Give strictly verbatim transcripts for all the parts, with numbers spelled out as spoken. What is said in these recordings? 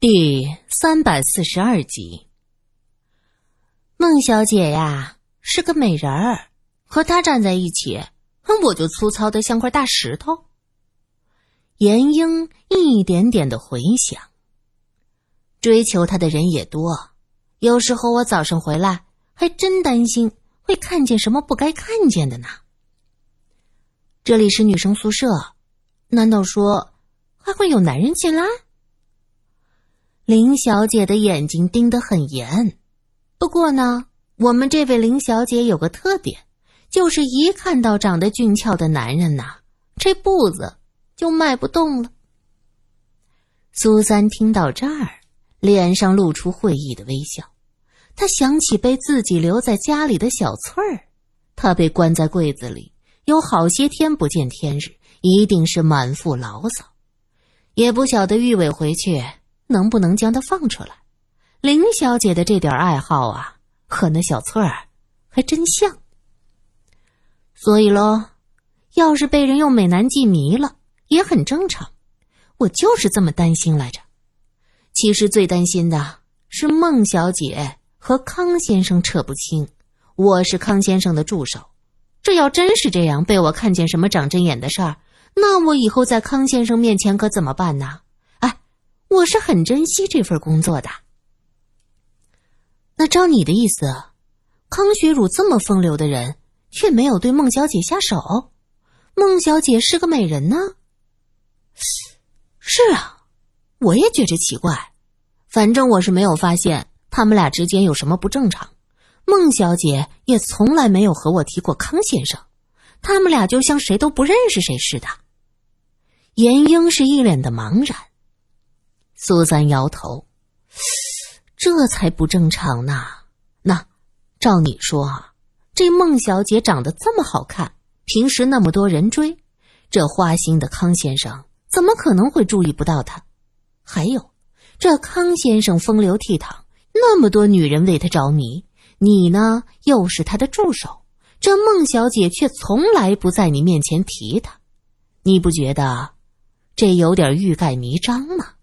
第三百四十二集。孟小姐呀，是个美人儿，和她站在一起，我就粗糙的像块大石头。严英一点点的回想，追求她的人也多，有时候我早上回来，还真担心会看见什么不该看见的呢。这里是女生宿舍，难道说还会有男人进来？林小姐的眼睛盯得很严，不过呢，我们这位林小姐有个特点，就是一看到长得俊俏的男人呐，这步子就迈不动了。苏三听到这儿，脸上露出会意的微笑。她想起被自己留在家里的小翠儿，她被关在柜子里，有好些天不见天日，一定是满腹牢骚。也不晓得玉伟回去能不能将她放出来。林小姐的这点爱好啊，和那小翠儿还真像。所以咯，要是被人用美男计迷了，也很正常。我就是这么担心来着。其实最担心的是孟小姐和康先生扯不清，我是康先生的助手。这要真是这样，被我看见什么长针眼的事儿，那我以后在康先生面前可怎么办呢？哎，我是很珍惜这份工作的。那照你的意思，康学儒这么风流的人，却没有对孟小姐下手？孟小姐是个美人呢？是啊，我也觉着奇怪。反正我是没有发现他们俩之间有什么不正常。孟小姐也从来没有和我提过康先生，他们俩就像谁都不认识谁似的。严英是一脸的茫然。苏三摇头，这才不正常呢。那照你说啊，这孟小姐长得这么好看，平时那么多人追，这花心的康先生怎么可能会注意不到她？还有，这康先生风流倜傥，那么多女人为他着迷，你呢又是他的助手，这孟小姐却从来不在你面前提他，你不觉得这有点欲盖弥彰吗？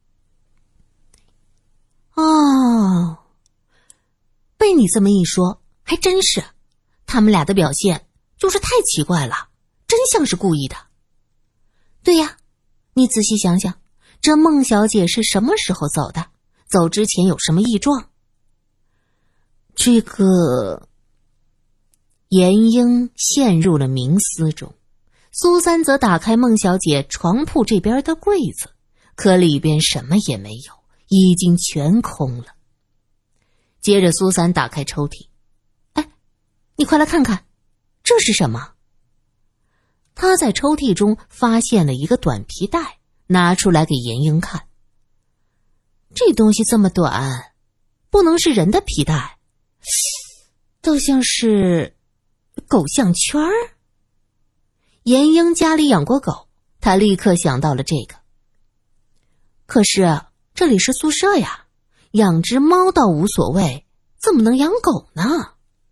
哦，被你这么一说，还真是，他们俩的表现就是太奇怪了，真像是故意的。对呀，你仔细想想，这孟小姐是什么时候走的？走之前有什么异状？这个……严英陷入了冥思中。苏三则打开孟小姐床铺这边的柜子，可里边什么也没有，已经全空了。接着苏三打开抽屉，哎，你快来看看，这是什么？他在抽屉中发现了一个短皮带，拿出来给严英看。这东西这么短，不能是人的皮带，倒像是狗项圈儿。严英家里养过狗，他立刻想到了这个。可是这里是宿舍呀，养只猫倒无所谓，怎么能养狗呢？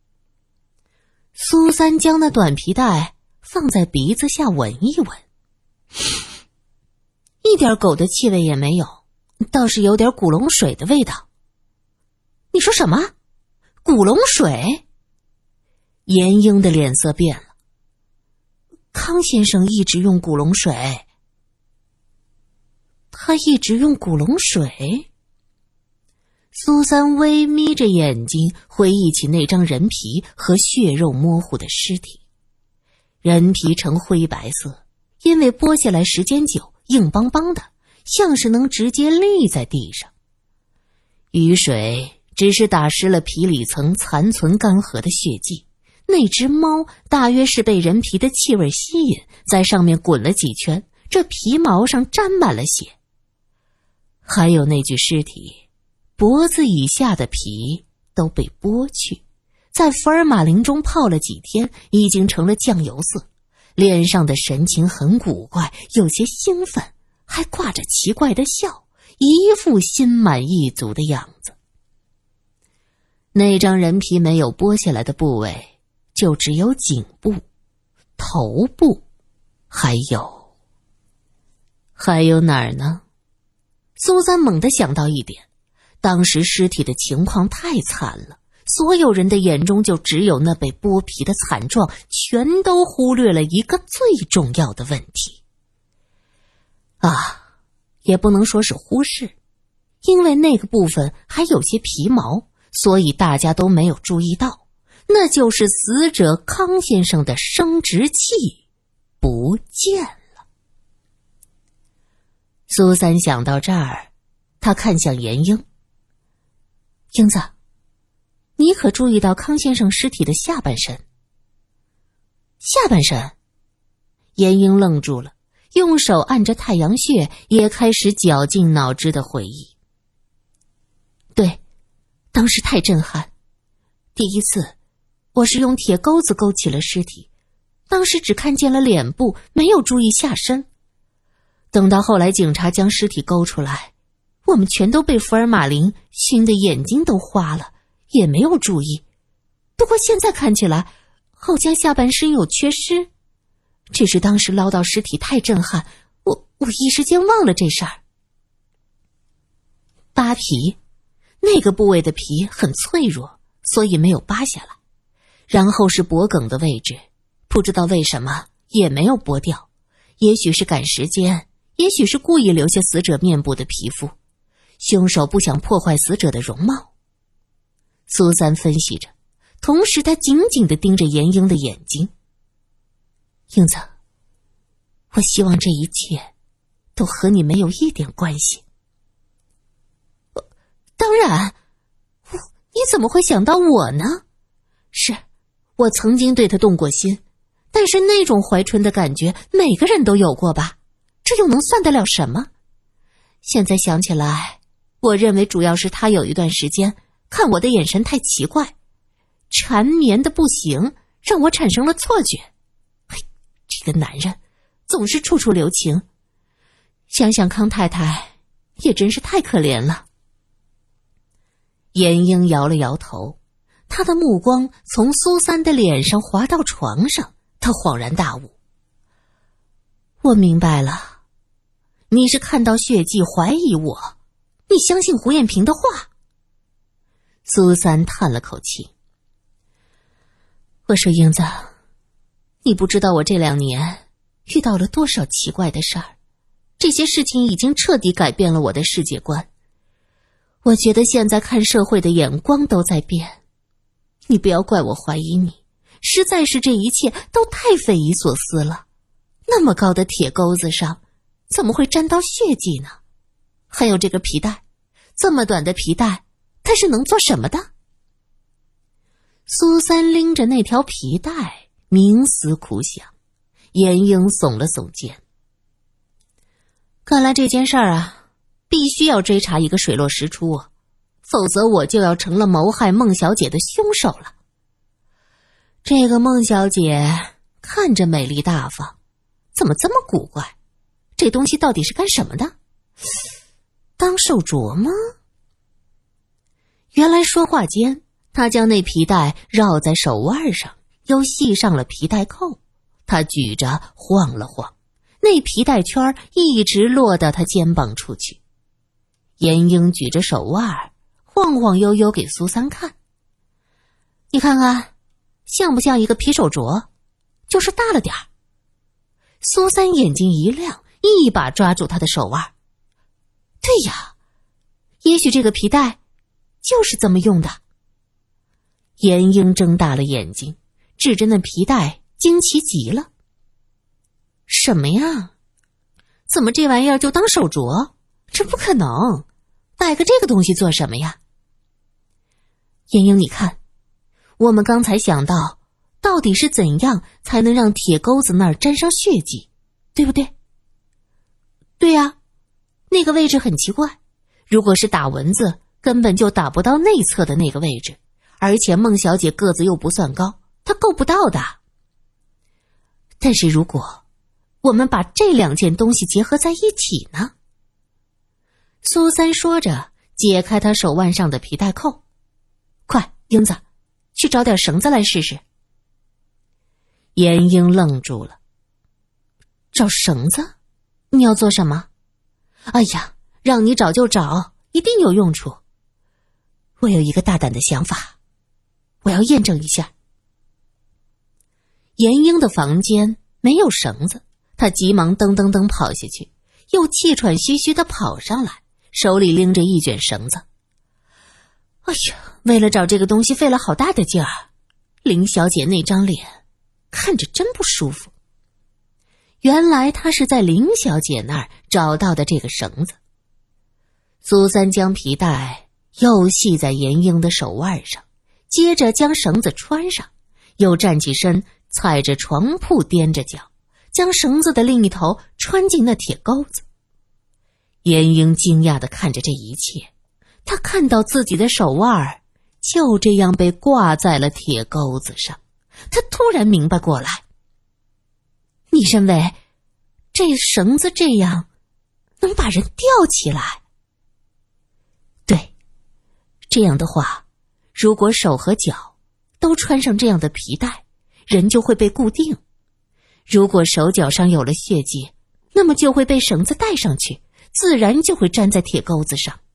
苏三将那短皮带放在鼻子下闻一闻，一点狗的气味也没有，倒是有点古龙水的味道。你说什么？古龙水？严英的脸色变了。康先生一直用古龙水。他一直用古龙水？苏三微眯着眼睛，回忆起那张人皮和血肉模糊的尸体。人皮呈灰白色，因为剥下来时间久，硬邦邦的，像是能直接立在地上。雨水只是打湿了皮里层残存干涸的血迹，那只猫大约是被人皮的气味吸引，在上面滚了几圈，这皮毛上沾满了血。还有那具尸体，脖子以下的皮都被剥去，在福尔马林中泡了几天，已经成了酱油色，脸上的神情很古怪，有些兴奋，还挂着奇怪的笑，一副心满意足的样子。那张人皮没有剥下来的部位，就只有颈部、头部，还有还有哪儿呢？ 苏三猛地想到一点，当时尸体的情况太惨了，所有人的眼中就只有那被剥皮的惨状，全都忽略了一个最重要的问题。啊，也不能说是忽视，因为那个部分还有些皮毛，所以大家都没有注意到，那就是死者康先生的生殖器不见了。苏三想到这儿，他看向严英。英子，你可注意到康先生尸体的下半身？下半身？严英愣住了，用手按着太阳穴，也开始绞尽脑汁的回忆。对，当时太震撼。第一次，我是用铁钩子勾起了尸体，当时只看见了脸部，没有注意下身。等到后来警察将尸体勾出来，我们全都被福尔马林熏得眼睛都花了，也没有注意。不过现在看起来，好像下半身有缺失。只是当时捞到尸体太震撼，我我一时间忘了这事儿。扒皮，那个部位的皮很脆弱，所以没有扒下来。然后是脖梗的位置，不知道为什么也没有剥掉，也许是赶时间，也许是故意留下死者面部的皮肤，凶手不想破坏死者的容貌。苏三分析着，同时他紧紧地盯着严英的眼睛。英子，我希望这一切都和你没有一点关系。当然，我你怎么会想到我呢？是，我曾经对他动过心，但是那种怀春的感觉每个人都有过吧，这又能算得了什么？现在想起来，我认为主要是他有一段时间看我的眼神太奇怪，缠绵的不行，让我产生了错觉。嘿，这个男人总是处处留情，想想康太太也真是太可怜了。严英摇了摇头，他的目光从苏三的脸上滑到床上，他恍然大悟。我明白了，你是看到血迹怀疑我，你相信胡艳萍的话。苏三叹了口气。我说英子，你不知道我这两年遇到了多少奇怪的事儿，这些事情已经彻底改变了我的世界观。我觉得现在看社会的眼光都在变，你不要怪我怀疑你，实在是这一切都太匪夷所思了。那么高的铁钩子上怎么会沾到血迹呢？还有这个皮带，这么短的皮带，它是能做什么的？苏三拎着那条皮带冥思苦想，严英耸了耸肩。看来这件事儿啊，必须要追查一个水落石出啊，否则我就要成了谋害孟小姐的凶手了。这个孟小姐看着美丽大方，怎么这么古怪？这东西到底是干什么的？当手镯吗？原来说话间，他将那皮带绕在手腕上，又系上了皮带扣。他举着晃了晃，那皮带圈一直落到他肩膀处去。严英举着手腕，晃晃悠悠给苏三看。你看看，像不像一个皮手镯？就是大了点儿。苏三眼睛一亮，一把抓住他的手腕。对呀，也许这个皮带就是这么用的。严英睁大了眼睛，指着那皮带，惊奇极了。什么呀？怎么这玩意儿就当手镯？这不可能，带个这个东西做什么呀？严英，你看，我们刚才想到，到底是怎样才能让铁钩子那儿沾上血迹，对不对？对呀，那个位置很奇怪，如果是打蚊子，根本就打不到内侧的那个位置，而且孟小姐个子又不算高，她够不到的。但是如果我们把这两件东西结合在一起呢？苏三说着，解开他手腕上的皮带扣。快，英子，去找点绳子来试试。严英愣住了。找绳子？你要做什么？哎呀， 让你找就找，一定有用处。我有一个大胆的想法，我要验证一下。严英的房间没有绳子，他急忙噔噔噔跑下去，又气喘吁吁地跑上来，手里拎着一卷绳子。哎呀，为了找这个东西费了好大的劲儿，林小姐那张脸看着真不舒服。原来她是在林小姐那儿找到的这个绳子。苏三将皮带又系在严英的手腕上，接着将绳子穿上，又站起身，踩着床铺踮着脚，将绳子的另一头穿进那铁钩子。严英惊讶地看着这一切，他看到自己的手腕就这样被挂在了铁钩子上，他突然明白过来。你认为这绳子这样能把人吊起来？对，这样的话，如果手和脚都穿上这样的皮带，人就会被固定。如果手脚上有了血迹，那么就会被绳子带上去，自然就会粘在铁钩子上。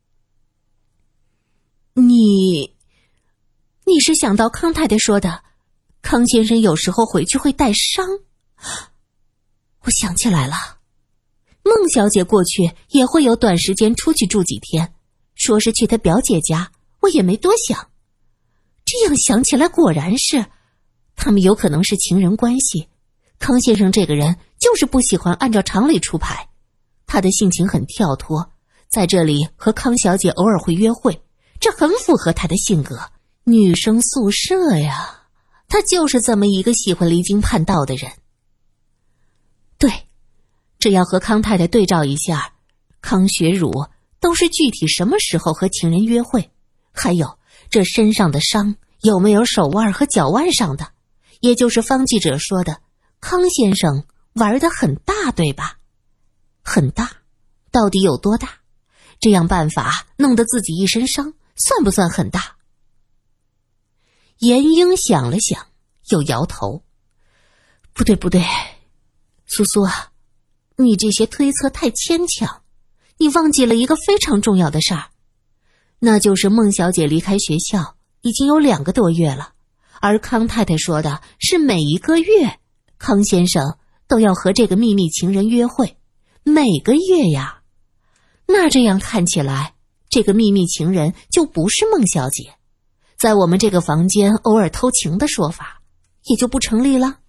你你是想到康太太说的康先生有时候回去会带伤？我想起来了，孟小姐过去也会有短时间出去住几天，说是去她表姐家，我也没多想。这样想起来果然是，他们有可能是情人关系。康先生这个人就是不喜欢按照常理出牌，他的性情很跳脱，在这里和康小姐偶尔会约会，这很符合他的性格。女生宿舍呀，他就是这么一个喜欢离经叛道的人。对，这要和康太太对照一下，康学儒都是具体什么时候和情人约会，还有这身上的伤有没有手腕和脚腕上的，也就是方记者说的康先生玩得很大，对吧？很大，到底有多大？这样办法弄得自己一身伤，算不算很大？严英想了想，又摇头。不对不对，苏苏啊，你这些推测太牵强，你忘记了一个非常重要的事儿，那就是孟小姐离开学校已经有两个多月了，而康太太说的是每一个月康先生都要和这个秘密情人约会，每个月呀。那这样看起来，这个秘密情人就不是孟小姐，在我们这个房间偶尔偷情的说法也就不成立了。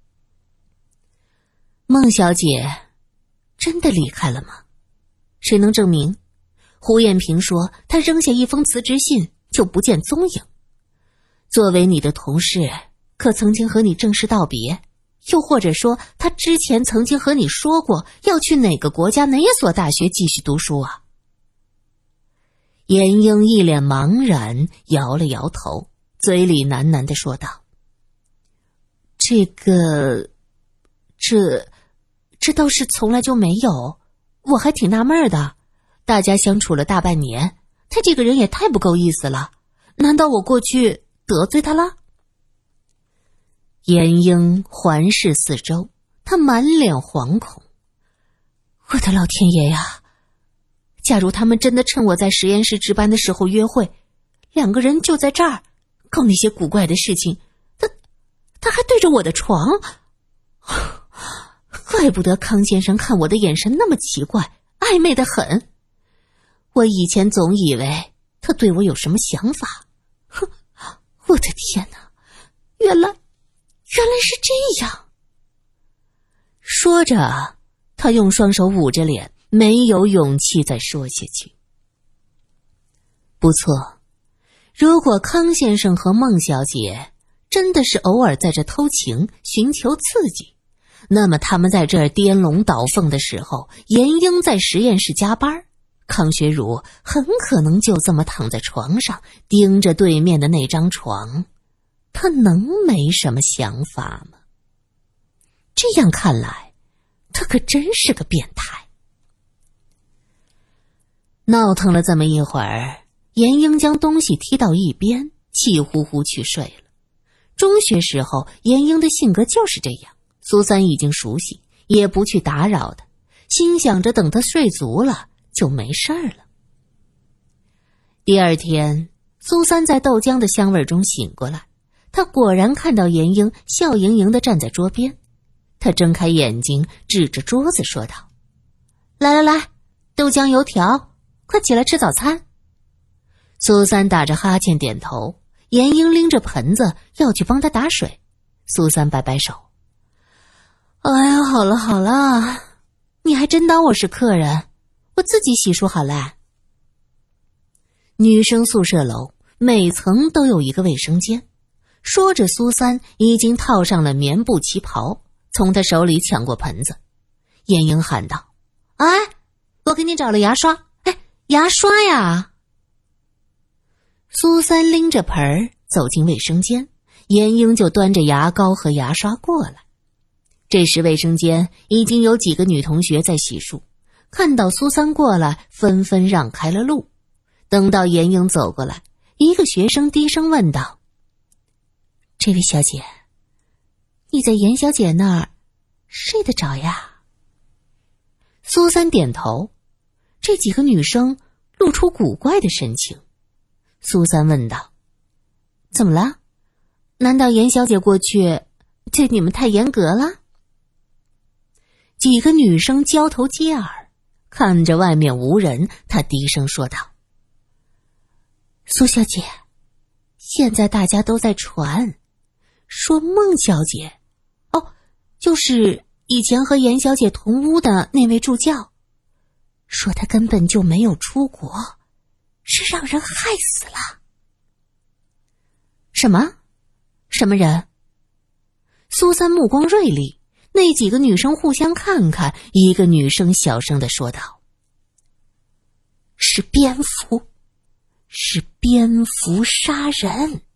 孟小姐真的离开了吗？谁能证明？胡艳萍说她扔下一封辞职信就不见踪影。作为你的同事，可曾经和你正式道别？又或者说她之前曾经和你说过要去哪个国家哪所大学继续读书啊？严英一脸茫然，摇了摇头，嘴里喃喃地说道：这个这这倒是从来就没有，我还挺纳闷的，大家相处了大半年，他这个人也太不够意思了，难道我过去得罪他了？严英环视四周，他满脸惶恐。我的老天爷呀，假如他们真的趁我在实验室值班的时候约会，两个人就在这儿搞那些古怪的事情，他他还对着我的床，怪不得康先生看我的眼神那么奇怪，暧昧得很。我以前总以为他对我有什么想法，哼，我的天哪，原来原来是这样。说着，他用双手捂着脸，没有勇气再说下去。不错，如果康先生和孟小姐真的是偶尔在这偷情，寻求刺激，那么他们在这儿颠龙倒凤的时候，严英在实验室加班，康学儒很可能就这么躺在床上，盯着对面的那张床，他能没什么想法吗？这样看来，他可真是个变态。闹腾了这么一会儿，严英将东西踢到一边，气呼呼去睡了。中学时候，严英的性格就是这样，苏三已经熟悉，也不去打扰他，心想着等他睡足了， 就没事儿了。第二天，苏三在豆浆的香味中醒过来，她果然看到严英笑盈盈地站在桌边。她睁开眼睛，指着桌子说道：“来来来，豆浆油条，快起来吃早餐。”苏三打着哈欠点头，严英拎着盆子要去帮她打水。苏三摆摆手：“哎呀，好了好了，你还真当我是客人，我自己洗漱好了。”女生宿舍楼每层都有一个卫生间。说着，苏三已经套上了棉布旗袍，从他手里抢过盆子。严英喊道：“哎，我给你找了牙刷，哎，牙刷呀！”苏三拎着盆儿走进卫生间，严英就端着牙膏和牙刷过来。这时卫生间已经有几个女同学在洗漱，看到苏三过来，纷纷让开了路。等到严英走过来，一个学生低声问道：“这位小姐，你在严小姐那儿睡得着呀？”苏三点头。这几个女生露出古怪的神情。苏三问道：“怎么了？难道严小姐过去对你们太严格了？”几个女生交头接耳，看着外面无人，她低声说道：“苏小姐，现在大家都在传，说孟小姐，哦，就是以前和严小姐同屋的那位助教，说她根本就没有出国，是让人害死了。”“什么？什么人？”苏三目光锐利，那几个女生互相看看，一个女生小声地说道：“是蝙蝠，是蝙蝠杀人。”